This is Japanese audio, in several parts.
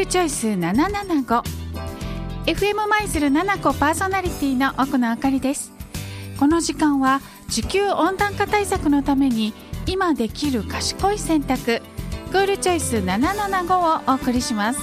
ルチョイス775 FM 舞鶴7個パーソナリティの奥野あかりです。この時間は地球温暖化対策のために今できる賢い選択、クールチョイス775をお送りします。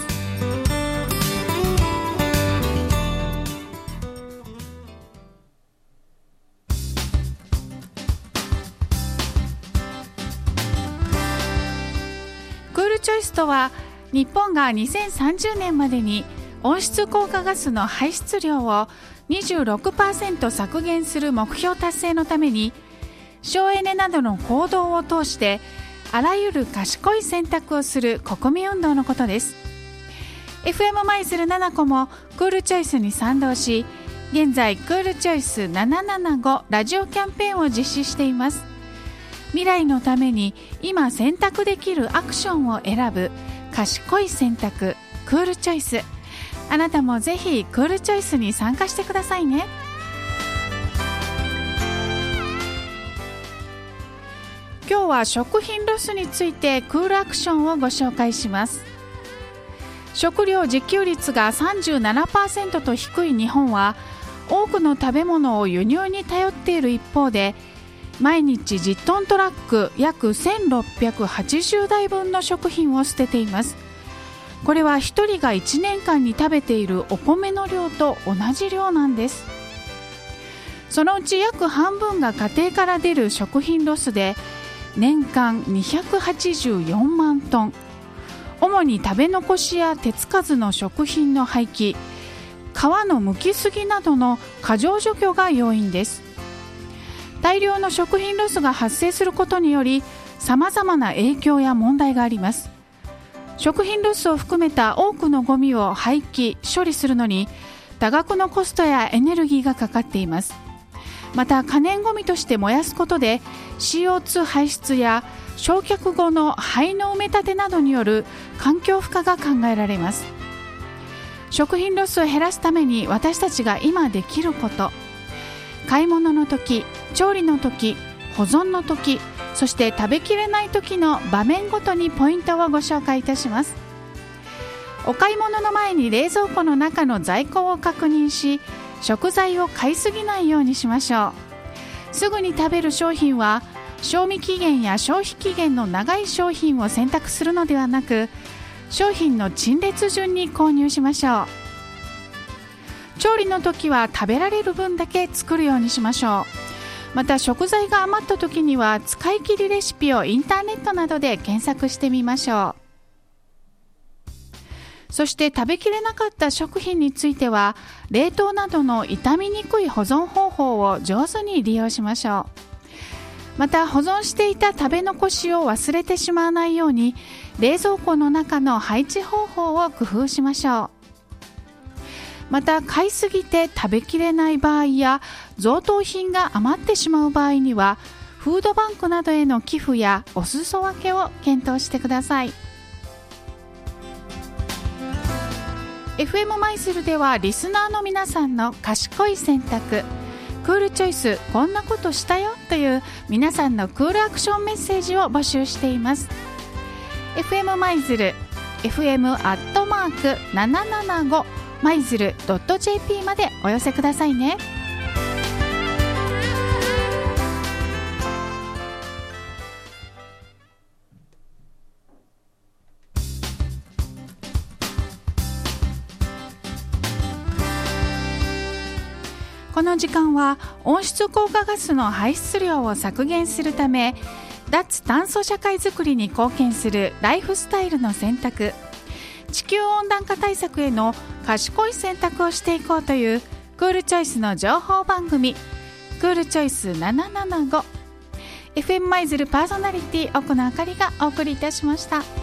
クールチョイスとは、日本が2030年までに温室効果ガスの排出量を 26% 削減する目標達成のために、省エネなどの行動を通してあらゆる賢い選択をする国民運動のことです。 FM 舞鶴7個もクールチョイスに賛同し、現在クールチョイス775ラジオキャンペーンを実施しています。未来のために今選択できるアクションを選ぶ賢い選択、クールチョイス。あなたもぜひクールチョイスに参加してくださいね。今日は食品ロスについてクールアクションをご紹介します。食料自給率が 37% と低い日本は、多くの食べ物を輸入に頼っている一方で、毎日10トントラック約1680台分の食品を捨てています。これは1人が1年間に食べているお米の量と同じ量なんです。そのうち約半分が家庭から出る食品ロスで、年間284万トン。主に食べ残しや手つかずの食品の廃棄、皮の剥きすぎなどの過剰除去が要因です。大量の食品ロスが発生することにより、様々な影響や問題があります。食品ロスを含めた多くのゴミを廃棄・処理するのに多額のコストやエネルギーがかかっています。また、可燃ゴミとして燃やすことで CO2 排出や焼却後の灰の埋め立てなどによる環境負荷が考えられます。食品ロスを減らすために私たちが今できること、買い物の時、調理の時、保存の時、そして食べきれない時の場面ごとにポイントをご紹介いたします。お買い物の前に冷蔵庫の中の在庫を確認し、食材を買いすぎないようにしましょう。すぐに食べる商品は賞味期限や消費期限の長い商品を選択するのではなく、商品の陳列順に購入しましょう。調理の時は食べられる分だけ作るようにしましょう。また、食材が余った時には使い切りレシピをインターネットなどで検索してみましょう。そして食べきれなかった食品については、冷凍などの傷みにくい保存方法を上手に利用しましょう。また、保存していた食べ残しを忘れてしまわないように、冷蔵庫の中の配置方法を工夫しましょう。また、買いすぎて食べきれない場合や贈答品が余ってしまう場合には、フードバンクなどへの寄付やお裾分けを検討してください。 FM 舞鶴ではリスナーの皆さんの賢い選択、クールチョイス、こんなことしたよという皆さんのクールアクションメッセージを募集しています。 FM 舞鶴 FM@775舞鶴 .jp までお寄せくださいね。この時間は温室効果ガスの排出量を削減するため、脱炭素社会づくりに貢献するライフスタイルの選択、地球温暖化対策への賢い選択をしていこうというクールチョイスの情報番組、クールチョイス775。 FM 舞鶴パーソナリティ奥野あかりがお送りいたしました。